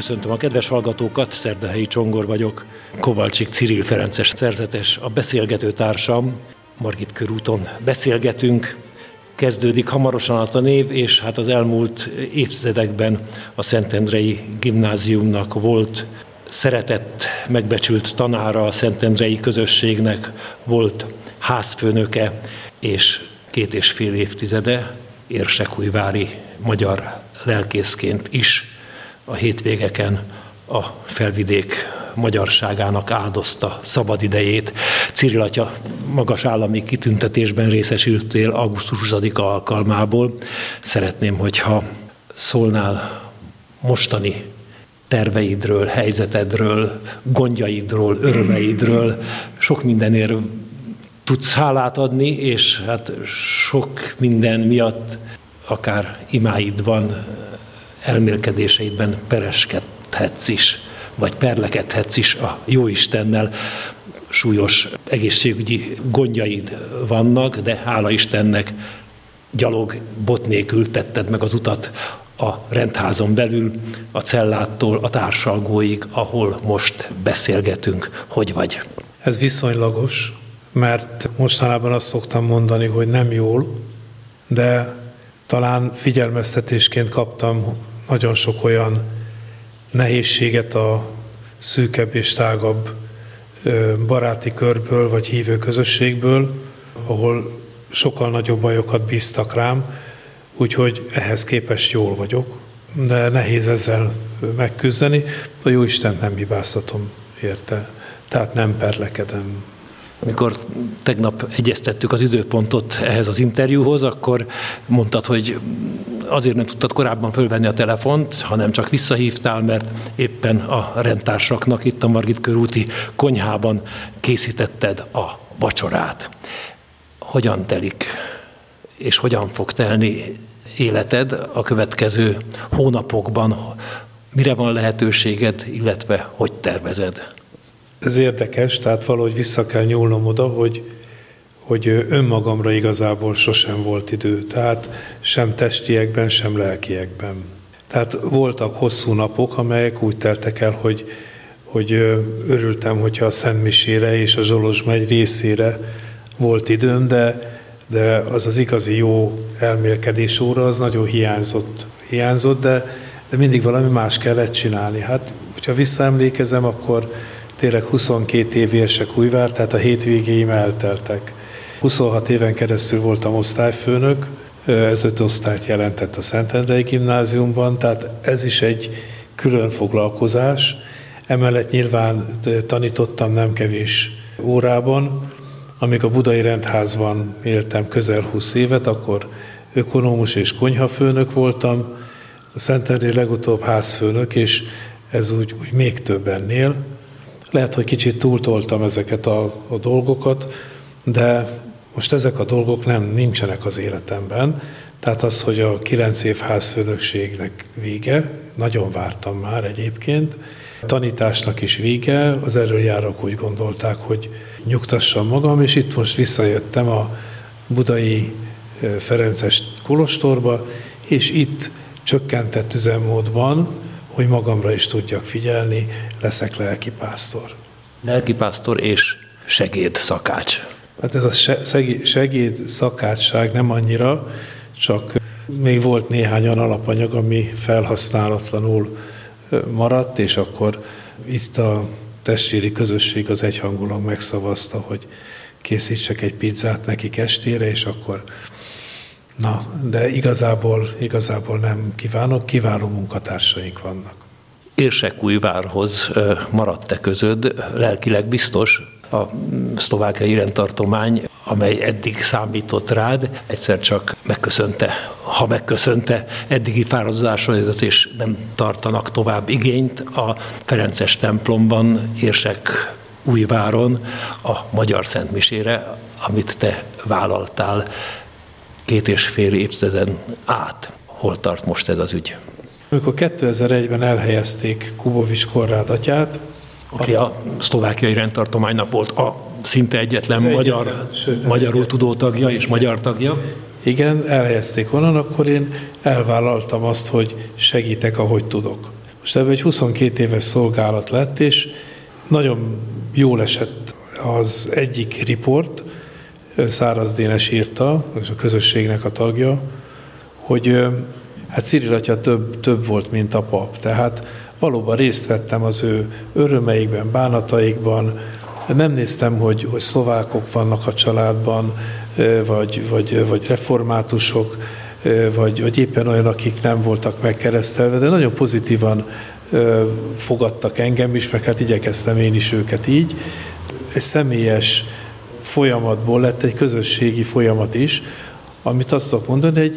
Köszöntöm a kedves hallgatókat, Szerdahelyi Csongor vagyok. Kovalcsik Ciril Ferences szerzetes, a beszélgető társam. Margit körúton beszélgetünk. Kezdődik hamarosan a tanév, és hát az elmúlt évtizedekben a Szentendrei Gimnáziumnak volt szeretett, megbecsült tanára, a szentendrei közösségnek volt házfőnöke, és 2,5 évtizede érsekújvári magyar lelkészként is a hétvégeken a Felvidék magyarságának áldozta szabadidejét. Ciril atya, magas állami kitüntetésben részesültél augusztus 20-a alkalmából. Szeretném, hogyha szólnál mostani terveidről, helyzetedről, gondjaidról, örömeidről. Sok mindenért tudsz hálát adni, és hát sok minden miatt akár imáidban, elmélkedéseidben pereskedhetsz is, vagy perlekedhetsz is a Jóistennel. Súlyos egészségügyi gondjaid vannak, de hála Istennek gyalog, bot nélkül tetted meg az utat a rendházon belül, a cellától a társalgóig, ahol most beszélgetünk. Hogy vagy? Ez viszonylagos, mert mostanában azt szoktam mondani, hogy nem jól, de talán figyelmeztetésként kaptam nagyon sok olyan nehézséget a szűkebb és tágabb baráti körből, vagy hívő közösségből, ahol sokkal nagyobb bajokat bíztak rám, úgyhogy ehhez képest jól vagyok, de nehéz ezzel megküzdeni. A Jóistent nem hibáztatom érte, tehát nem perlekedem. Amikor tegnap egyeztettük az időpontot ehhez az interjúhoz, akkor mondtad, hogy azért nem tudtad korábban fölvenni a telefont, hanem csak visszahívtál, mert éppen a rendtársaknak itt a Margit körúti konyhában készítetted a vacsorát. Hogyan telik, és hogyan fog telni életed a következő hónapokban? Mire van lehetőséged, illetve hogy tervezed? Ez érdekes, tehát valahogy vissza kell nyúlnom oda, hogy önmagamra igazából sosem volt idő, tehát sem testiekben, sem lelkiekben. Tehát voltak hosszú napok, amelyek úgy teltek el, hogy örültem, hogyha a Szentmisére és a Zsolozsma egy részére volt időm, de az igazi jó elmélkedés óra az nagyon hiányzott, de mindig valami más kellett csinálni. Hát, hogyha visszaemlékezem, akkor tényleg 22 év Érsekújvár, tehát a hétvégéim elteltek. 26 éven keresztül voltam osztályfőnök, ez 5 osztályt jelentett a Szentendrei Gimnáziumban, tehát ez is egy külön foglalkozás. Emellett nyilván tanítottam nem kevés órában, amíg a Budai Rendházban éltem közel 20 évet, akkor ökonómus és konyhafőnök voltam, a Szentendrei legutóbb házfőnök, és ez úgy még több ennél. Lehet, hogy kicsit túltoltam ezeket a dolgokat, de most ezek a dolgok nincsenek az életemben. Tehát az, hogy a 9 év házfőnökségnek vége, nagyon vártam már egyébként, a tanításnak is vége, az erőjárók úgy gondolták, hogy nyugtassam magam, és itt most visszajöttem a budai ferences kolostorba, és itt csökkentett üzemmódban, hogy magamra is tudjak figyelni, leszek lelkipásztor. Lelkipásztor és segédszakács. Hát ez a segédszakácsság nem annyira, csak még volt néhány olyan alapanyag, ami felhasználatlanul maradt, és akkor itt a testvéri közösség az egyhangulag megszavazta, hogy készítsek egy pizzát nekik estére, és akkor de igazából nem kívánok, kiváló munkatársaink vannak. Érsekújvárhoz maradt-e közöd, lelkileg biztos? A szlovákiai rendtartomány, amely eddig számított rád, egyszer csak megköszönte eddigi fáradozásaidat, és nem tartanak tovább igényt a Ferences templomban, Érsekújváron a Magyar Szentmisére, amit te vállaltál 2,5 évtizeden át. Hol tart most ez az ügy? Amikor 2001-ben elhelyezték Kubovics Konrád atyát, aki a szlovákiai rendtartománynak volt a szinte egyetlen magyarul tudó tagja és magyar tagja. Igen, elhelyezték onnan, akkor én elvállaltam azt, hogy segítek, ahogy tudok. Most ebből egy 22 éves szolgálat lett, és nagyon jól esett az egyik riport, Száraz Dénes írta, és a közösségnek a tagja, hogy hát Cirill atya több volt, mint a pap. Tehát valóban részt vettem az ő örömeikben, bánataikban. Nem néztem, hogy szlovákok vannak a családban, vagy reformátusok, vagy éppen olyan, akik nem voltak megkeresztelve, de nagyon pozitívan fogadtak engem is, meg hát igyekeztem én is őket így. Egy személyes folyamatból lett egy közösségi folyamat is, amit azt szok mondani,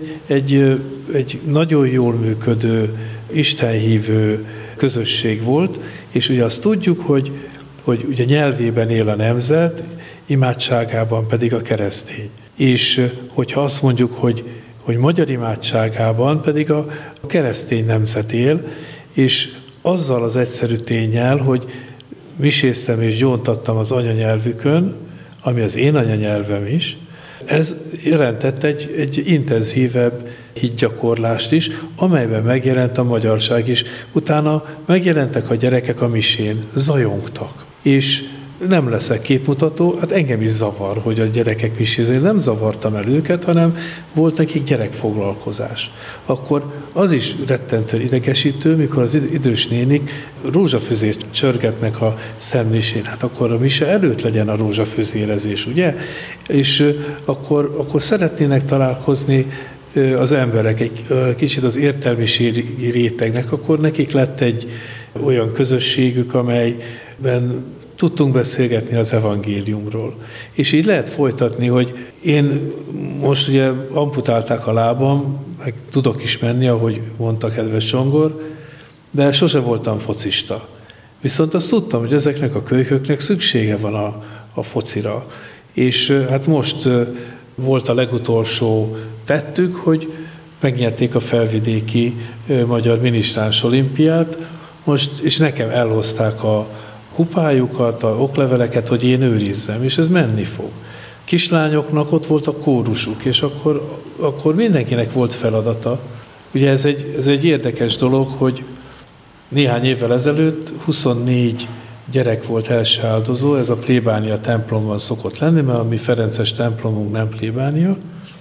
egy nagyon jól működő, istenhívő közösség volt, és ugye azt tudjuk, hogy ugye nyelvében él a nemzet, imádságában pedig a keresztény. És hogyha azt mondjuk, hogy magyar imádságában pedig a keresztény nemzet él, és azzal az egyszerű ténnyel, hogy miséztem és gyóntattam az anyanyelvükön, ami az én anyanyelvem is, ez jelentett egy intenzívebb hitgyakorlást is, amelyben megjelent a magyarság is. Utána megjelentek a gyerekek a misén, zajongtak. És nem leszek képmutató, hát engem is zavar, hogy a gyerekek misézni. Nem zavartam el őket, hanem volt nekik gyerekfoglalkozás. Akkor az is rettentően idegesítő, mikor az idős nénik rózsafüzét csörgetnek a szentmisén. Hát akkor a mise előtt legyen a rózsafüzérezés, ugye? És akkor szeretnének találkozni az emberek egy kicsit az értelmiségi rétegnek, akkor nekik lett egy olyan közösségük, amelyben tudtunk beszélgetni az evangéliumról. És így lehet folytatni, hogy én most ugye amputálták a lábam, meg tudok is menni, ahogy mondta kedves Csongor, de sose voltam focista. Viszont azt tudtam, hogy ezeknek a kölyköknek szüksége van a focira. És hát most volt a legutolsó tettük, hogy megnyerték a felvidéki magyar minisztráns olimpiát, most, és nekem elhozták a kupájukat, a okleveleket, hogy én őrizzem, és ez menni fog. Kislányoknak ott volt a kórusuk, és akkor mindenkinek volt feladata. Ugye ez egy érdekes dolog, hogy néhány évvel ezelőtt 24 gyerek volt első áldozó, ez a plébánia templomban szokott lenni, mert a mi ferences templomunk nem plébánia,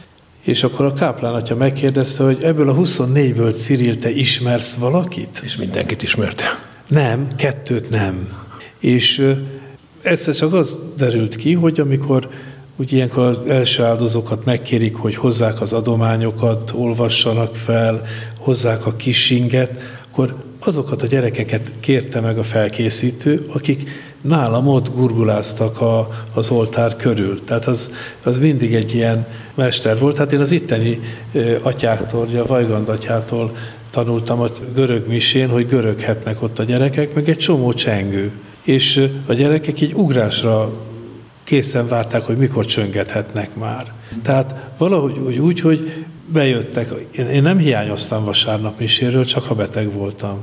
és akkor a káplán atya megkérdezte, hogy ebből a 24-ből Cirill, te ismersz valakit? És mindenkit ismerte. Nem, 2 nem. És egyszer csak az derült ki, hogy amikor ugye ilyenkor az első áldozókat megkérik, hogy hozzák az adományokat, olvassanak fel, hozzák a kisinget, akkor azokat a gyerekeket kérte meg a felkészítő, akik nálam ott gurguláztak az oltár körül. Tehát az mindig egy ilyen mester volt. Hát én az itteni atyáktól, a Vajgand atyától tanultam a görög misén, hogy göröghetnek ott a gyerekek, meg egy csomó csengő. És a gyerekek így ugrásra készen várták, hogy mikor csöngethetnek már. Tehát valahogy úgy, hogy bejöttek. Én nem hiányoztam vasárnap miséről, csak ha beteg voltam.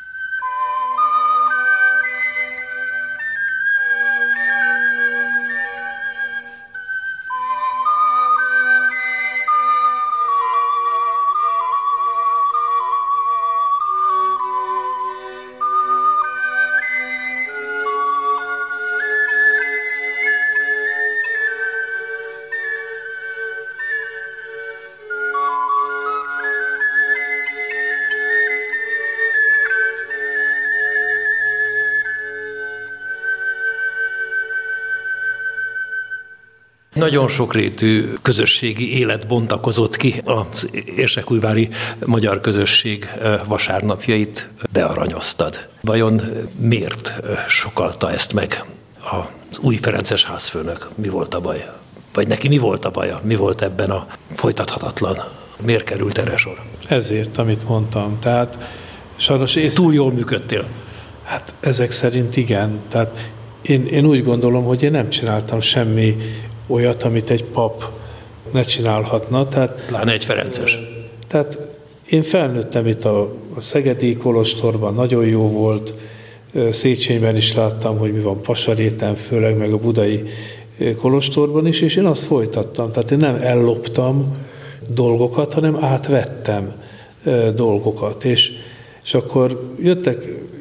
Nagyon sokrétű közösségi élet bontakozott ki az érsekújvári magyar közösség vasárnapjait bearanyoztad. Vajon miért sokalta ezt meg az új ferences házfőnök? Mi volt a baj? Vagy neki mi volt a baja? Mi volt ebben a folytathatatlan? Miért került erre sor? Ezért, amit mondtam. Tehát sajnos túl jól működtél? Hát ezek szerint igen. Tehát én úgy gondolom, hogy én nem csináltam semmi olyat, amit egy pap ne csinálhatna. Pláne egy ferences. Tehát én felnőttem itt a szegedi kolostorban, nagyon jó volt, Széchenyben is láttam, hogy mi van Pasaréten, főleg meg a budai kolostorban is, és én azt folytattam. Tehát én nem elloptam dolgokat, hanem átvettem dolgokat. És És akkor jöttek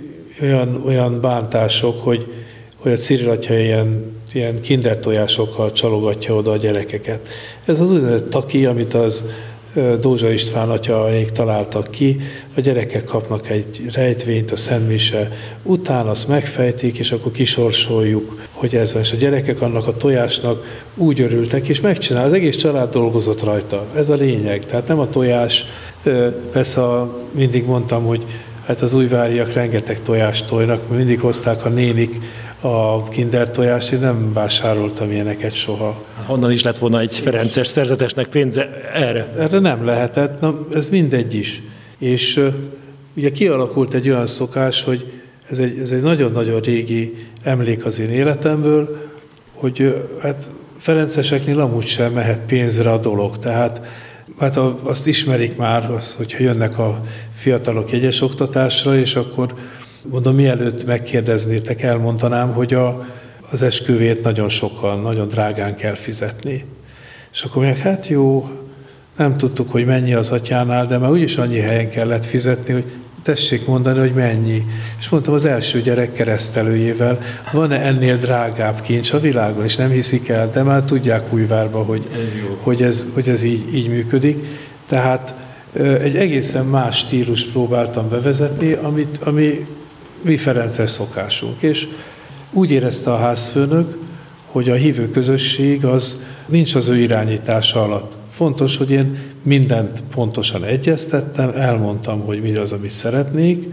olyan bántások, hogy a Cyril atya ilyen kinder tojásokkal csalogatja oda a gyerekeket. Ez az úgynevezett taki, amit az Dózsa István atyaik találtak ki, a gyerekek kapnak egy rejtvényt a szentmise után, azt megfejtik, és akkor kisorsoljuk, hogy ez van. És a gyerekek annak a tojásnak úgy örültek, és megcsinál. Az egész család dolgozott rajta. Ez a lényeg. Tehát nem a tojás. Persze mindig mondtam, hogy hát az újváriak rengeteg tojást tojnak, mindig hozták a nénik a kinder tojást, én nem vásároltam ilyeneket soha. Honnan is lett volna egy ferences szerzetesnek pénze erre? Erre nem lehetett, na, ez mindegy is. És ugye kialakult egy olyan szokás, hogy ez egy nagyon-nagyon régi emlék az én életemből, hogy hát ferenceseknél amúgy sem mehet pénzre a dolog. Tehát hát azt ismerik már, hogyha jönnek a fiatalok jegyes oktatásra, és akkor mondom, mielőtt megkérdeznétek, elmondanám, hogy az esküvét nagyon sokan, nagyon drágán kell fizetni. És akkor mondják, hát jó, nem tudtuk, hogy mennyi az atyánál, de már úgyis annyi helyen kellett fizetni, hogy tessék mondani, hogy mennyi. És mondtam, az első gyerek keresztelőjével, van-e ennél drágább kincs a világon, és nem hiszik el, de már tudják Újvárba, hogy ez így működik. Tehát egy egészen más stílust próbáltam bevezetni, ami mi ferences szokásunk. És úgy érezte a házfőnök, hogy a hívő közösség az nincs az ő irányítása alatt. Fontos, hogy én mindent pontosan egyeztettem, elmondtam, hogy mi az, amit szeretnék,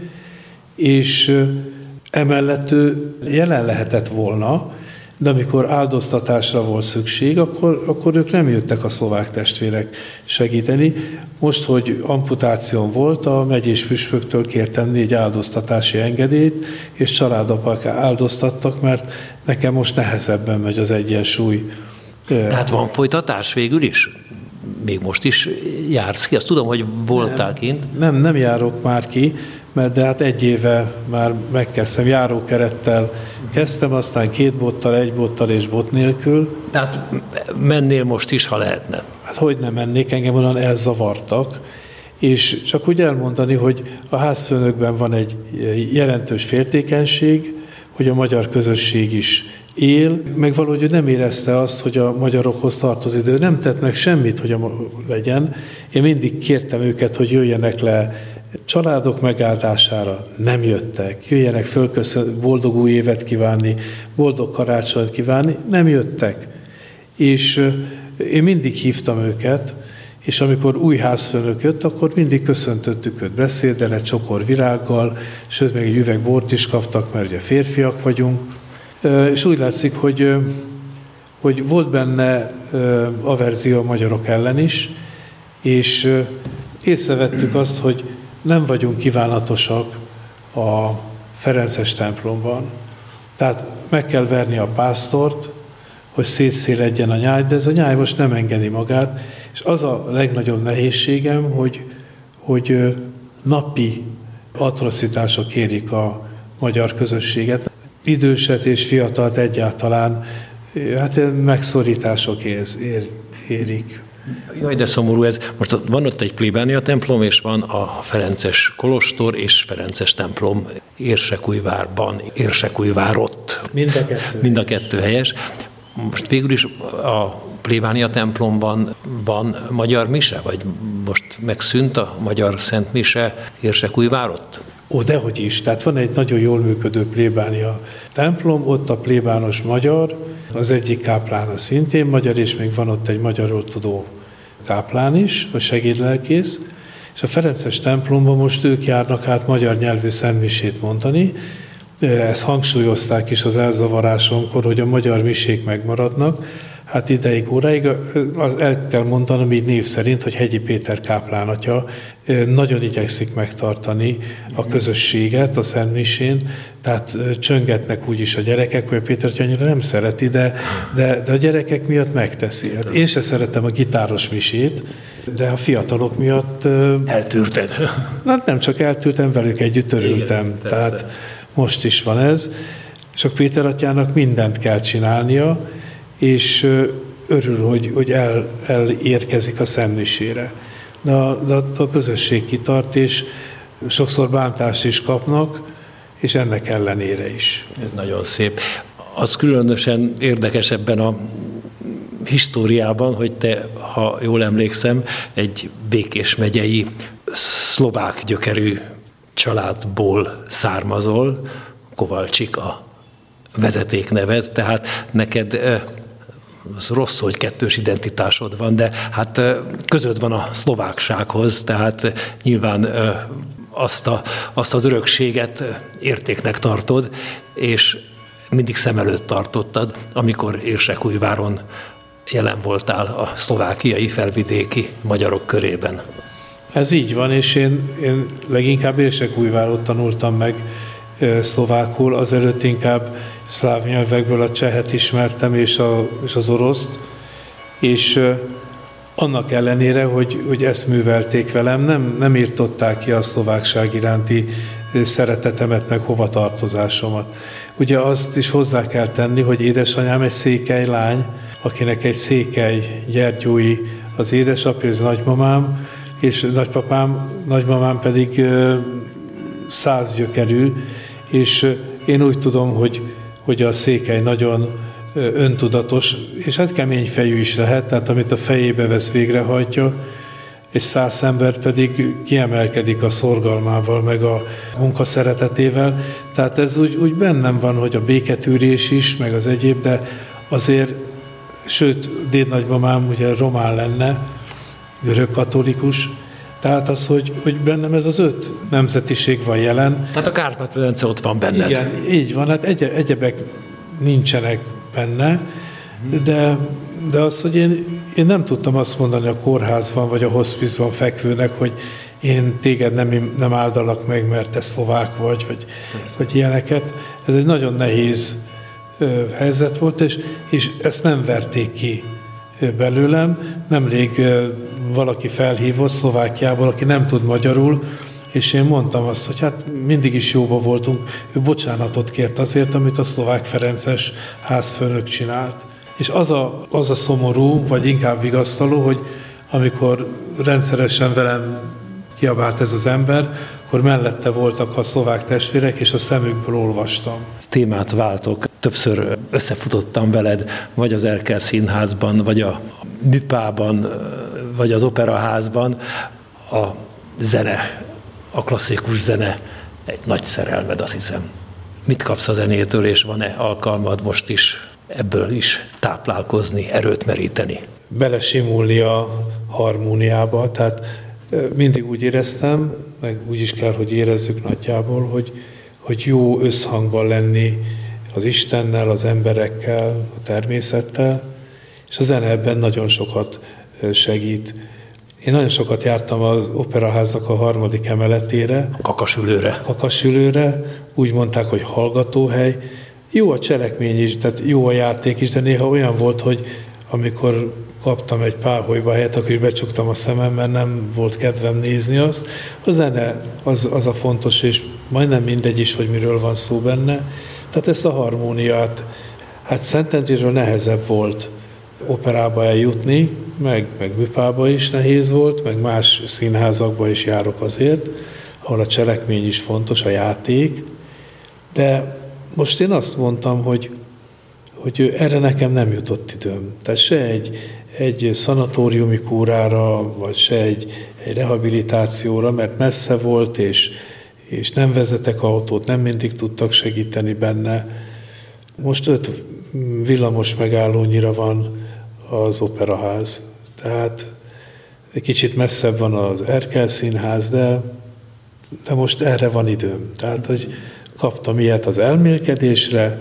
és emellett ő jelen lehetett volna, de amikor áldoztatásra volt szükség, akkor ők nem jöttek a szlovák testvérek segíteni. Most, hogy amputáción volt, a megyés püspöktől kértem 4 áldoztatási engedélyt, és családapák áldoztattak, mert nekem most nehezebben megy az egyensúly. Tehát van folytatás végül is? Még most is jársz ki? Azt tudom, hogy voltál kint. Nem járok már ki, de hát 1 éve már megkezdtem, járókerettel kezdtem, aztán 2 bottal, 1 bottal és bot nélkül. Tehát mennél most is, ha lehetne? Hát hogy nem mennék, engem onnan elzavartak, és csak úgy elmondani, hogy a házfőnökben van egy jelentős féltékenység, hogy a magyar közösség is él, meg valahogy nem érezte azt, hogy a magyarokhoz tartozik, de nem tett meg semmit, hogy legyen. Én mindig kértem őket, hogy jöjjenek le családok megáldására, nem jöttek. Jöjjenek boldog új évet kívánni, boldog karácsonyt kívánni, nem jöttek. És én mindig hívtam őket, és amikor új házfőnök jött, akkor mindig köszöntöttük őt beszéddel, egy csokor virággal, sőt, még egy üveg bort is kaptak, mert ugye férfiak vagyunk. És úgy látszik, hogy volt benne averzió a magyarok ellen is, és észrevettük azt, hogy nem vagyunk kívánatosak a ferences templomban. Tehát meg kell verni a pásztort, hogy szétszéledjen a nyáj, de ez a nyáj most nem engedi magát, és az a legnagyobb nehézségem, hogy napi atrocitások érik a magyar közösséget. Időset és fiatalt egyáltalán, hát megszorítások érik. Jaj, de szomorú ez. Most van ott egy plébánia templom, és van a ferences kolostor és ferences templom Érsekújvárban, Érsekújvárott. Mind a kettő helyes. Most végül is a plébánia templomban van magyar mise, vagy most megszűnt a magyar szent mise Érsekújvárott? Dehogy is. Tehát van egy nagyon jól működő plébánia templom, ott a plébános magyar, az egyik káplána szintén magyar, és még van ott egy magyarul tudó káplán is, a segédlelkész, és a ferences templomban most ők járnak át magyar nyelvű szentmisét mondani. Ezt hangsúlyozták is az elzavarásomkor, hogy a magyar misék megmaradnak. Hát ideig, óráig, el kell mondanom így név szerint, hogy Hegyi Péter káplán atya nagyon igyekszik megtartani a közösséget a szentmisén, tehát csöngetnek úgyis a gyerekek, hogy Péter atya annyira nem szereti, de a gyerekek miatt megteszi. Hát én se szeretem a gitáros misét, de a fiatalok miatt... Eltűrted. Hát nem csak eltűrtem, velük együtt örültem. Igen, tehát most is van ez. És a Péter atyának mindent kell csinálnia, és örül, hogy elérkezik a szentmisére. De a közösség kitart, és sokszor bántást is kapnak, és ennek ellenére is. Ez nagyon szép. Az különösen érdekes ebben a históriában, hogy te, ha jól emlékszem, egy Békés megyei szlovák gyökerű családból származol, Kovalcsik a vezetékneved, tehát neked az rossz, hogy kettős identitásod van, de hát közöd van a szlováksághoz, tehát nyilván azt az örökséget értéknek tartod, és mindig szem előtt tartottad, amikor Érsekújváron jelen voltál a szlovákiai felvidéki magyarok körében. Ez így van, és én leginkább Érsekújváron tanultam meg szlovákul, azelőtt inkább szláv nyelvekből a csehet ismertem, és az oroszt, és annak ellenére, hogy ezt művelték velem, nem írtották ki a szlovákság iránti szeretetemet, meg hovatartozásomat. Ugye azt is hozzá kell tenni, hogy édesanyám egy székely lány, akinek egy székely gyergyói az édesapja, az nagymamám, és nagymamám pedig 100 gyökerű, és én úgy tudom, hogy a székely nagyon öntudatos, és hát kemény fejű is lehet, tehát amit a fejébe vesz, végrehajtja, és 100 ember pedig kiemelkedik a szorgalmával, meg a munkaszeretetével. Tehát ez úgy bennem van, hogy a béketűrés is, meg az egyéb, de azért, sőt, dédnagymamám ugye román lenne, görögkatolikus, tehát az, hogy bennem ez az 5 nemzetiség van jelen. Tehát a Kárpát-medence ott van benned. Igen, így van, hát egyebek nincsenek benne, de az, hogy én nem tudtam azt mondani a kórházban vagy a hospizban fekvőnek, hogy én téged nem áldalak meg, mert te szlovák vagy ilyeneket. Ez egy nagyon nehéz helyzet volt, és ezt nem verték ki belőlem. Nemrég valaki felhívott Szlovákiából, aki nem tud magyarul, és én mondtam azt, hogy hát mindig is jóba voltunk. Ő bocsánatot kért azért, amit a szlovák ferences házfőnök csinált. És az a szomorú, vagy inkább vigasztaló, hogy amikor rendszeresen velem kiabált ez az ember, akkor mellette voltak a szlovák testvérek, és a szemükből olvastam. Témát váltok. Többször összefutottam veled, vagy az Erkel Színházban, vagy a Műpában, vagy az Operaházban. A zene, a klasszikus zene egy nagy szerelmed, azt hiszem. Mit kapsz a zenétől, és van-e alkalmad most is ebből is táplálkozni, erőt meríteni? Belesimulni a harmóniába, tehát mindig úgy éreztem, meg úgy is kell, hogy érezzük nagyjából, hogy jó összhangban lenni az Istennel, az emberekkel, a természettel, és a zene ebben nagyon sokat segít. Én nagyon sokat jártam az Operaháznak a 3. emeletére. Kakasülőre. Úgy mondták, hogy hallgatóhely. Jó a cselekmény is, tehát jó a játék is, de néha olyan volt, hogy amikor kaptam egy páholyba helyet, akkor is becsuktam a szemem, mert nem volt kedvem nézni azt. A zene az a fontos, és majdnem mindegy is, hogy miről van szó benne. Tehát ezt a harmóniát, hát Szentendréről nehezebb volt operába eljutni, meg Műpába is nehéz volt, meg más színházakba is járok azért, ahol a cselekmény is fontos, a játék. De most én azt mondtam, hogy erre nekem nem jutott időm. Tehát se egy szanatóriumi kúrára, vagy se egy rehabilitációra, mert messze volt, és nem vezetek autót, nem mindig tudtak segíteni benne. Most 5 villamos megállónyira van az Operaház. Tehát egy kicsit messzebb van az Erkel Színház, de most erre van időm. Tehát, hogy kaptam ilyet az elmélkedésre,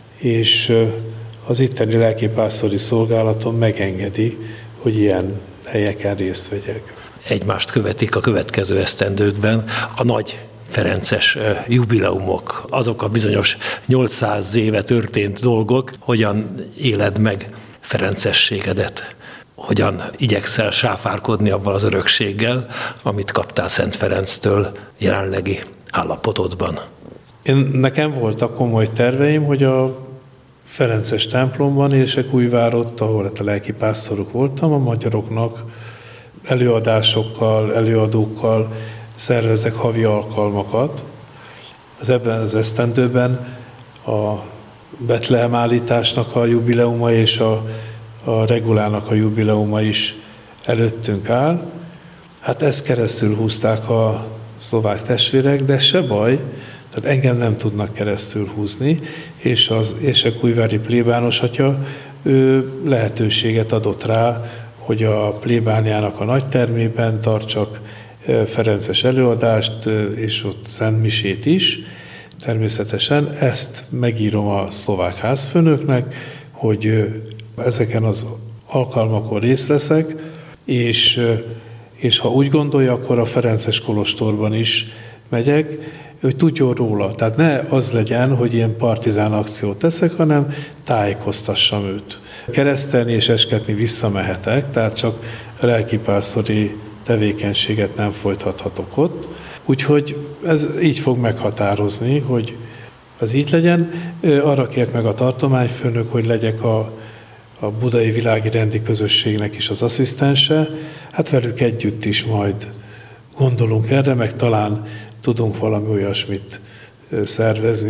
és az itteni lelkipásztori szolgálatom megengedi, hogy ilyen helyeken részt vegyek. Egymást követik a következő esztendőkben a nagy ferences jubileumok, azok a bizonyos 800 éve történt dolgok, hogyan éled meg ferencességedet, hogyan igyekszel sáfárkodni avval az örökséggel, amit kaptál Szent Ferenctől jelenlegi állapotodban. Nekem voltak komoly terveim, hogy a ferences templomban, Érsekújvárott, ahol a lelkipásztorok voltam, a magyaroknak előadásokkal, előadókkal szervezek havi alkalmakat. Ebben az esztendőben a Betlehem állításnak a jubileuma és a regulának a jubileuma is előttünk áll. Hát ezt keresztül húzták a szlovák testvérek, de se baj, tehát engem nem tudnak keresztül húzni, és az érsekújvári plébános atya ő lehetőséget adott rá, hogy a plébániának a nagytermében tartsak ferences előadást, és ott szentmisét is. Természetesen ezt megírom a szlovák házfőnöknek, hogy ezeken az alkalmakon részt veszek, és ha úgy gondolja, akkor a ferences kolostorban is megyek, hogy tudjon róla. Tehát ne az legyen, hogy ilyen partizán akciót teszek, hanem tájékoztassam őt. Keresztelni és esketni visszamehetek, tehát csak lelkipásztori tevékenységet nem folytathatok ott. Úgyhogy ez így fog meghatározni, hogy az így legyen. Arra kért meg a tartományfőnök, hogy legyek a budai világi rendi közösségnek is az asszisztense. Hát velük együtt is majd gondolunk erre, meg talán tudunk valami olyasmit szervezni,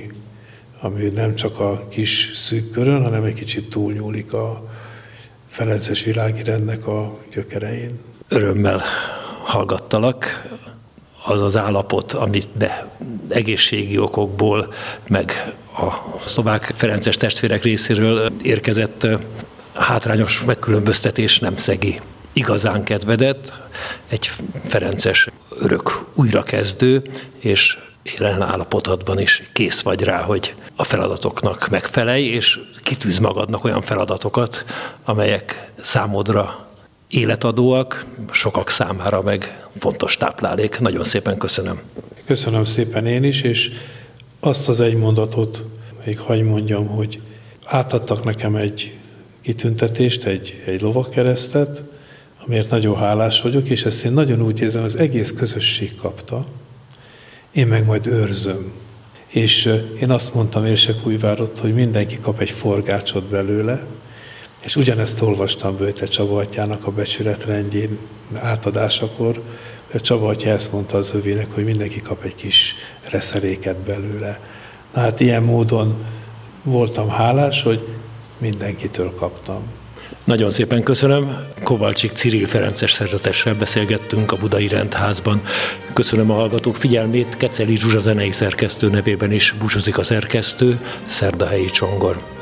ami nem csak a kis szűk körön, hanem egy kicsit túlnyúlik a ferences világi rendnek a gyökerein. Örömmel hallgattalak. Az az állapot, amit egészségi okokból, meg a szlovák ferences testvérek részéről érkezett hátrányos megkülönböztetés nem szegi igazán kedvedet. Egy ferences örök újrakezdő, és jelen állapotodban is kész vagy rá, hogy a feladatoknak megfelelj, és kitűz magadnak olyan feladatokat, amelyek számodra életadóak, sokak számára meg fontos táplálék. Nagyon szépen köszönöm. Köszönöm szépen én is, és azt az egy mondatot még hagy mondjam, hogy átadtak nekem egy kitüntetést, egy lovagkeresztet, amiért nagyon hálás vagyok, és ezt én nagyon úgy érzem, az egész közösség kapta, én meg majd őrzöm. És én azt mondtam Érsekújvárot, hogy mindenki kap egy forgácsot belőle, és ugyanezt olvastam Böjte Csaba atyának a becsületrendjén átadásakor, hogy Csaba atya ezt mondta az övének, hogy mindenki kap egy kis reszeléket belőle. Na hát ilyen módon voltam hálás, hogy mindenkitől kaptam. Nagyon szépen köszönöm. Kovalcsik Ciril ferences szerzetessel beszélgettünk a Budai Rendházban. Köszönöm a hallgatók figyelmét. Keceli Zsuzsa zenei szerkesztő nevében is búcsúzik a szerkesztő, Szerdahelyi Csongor.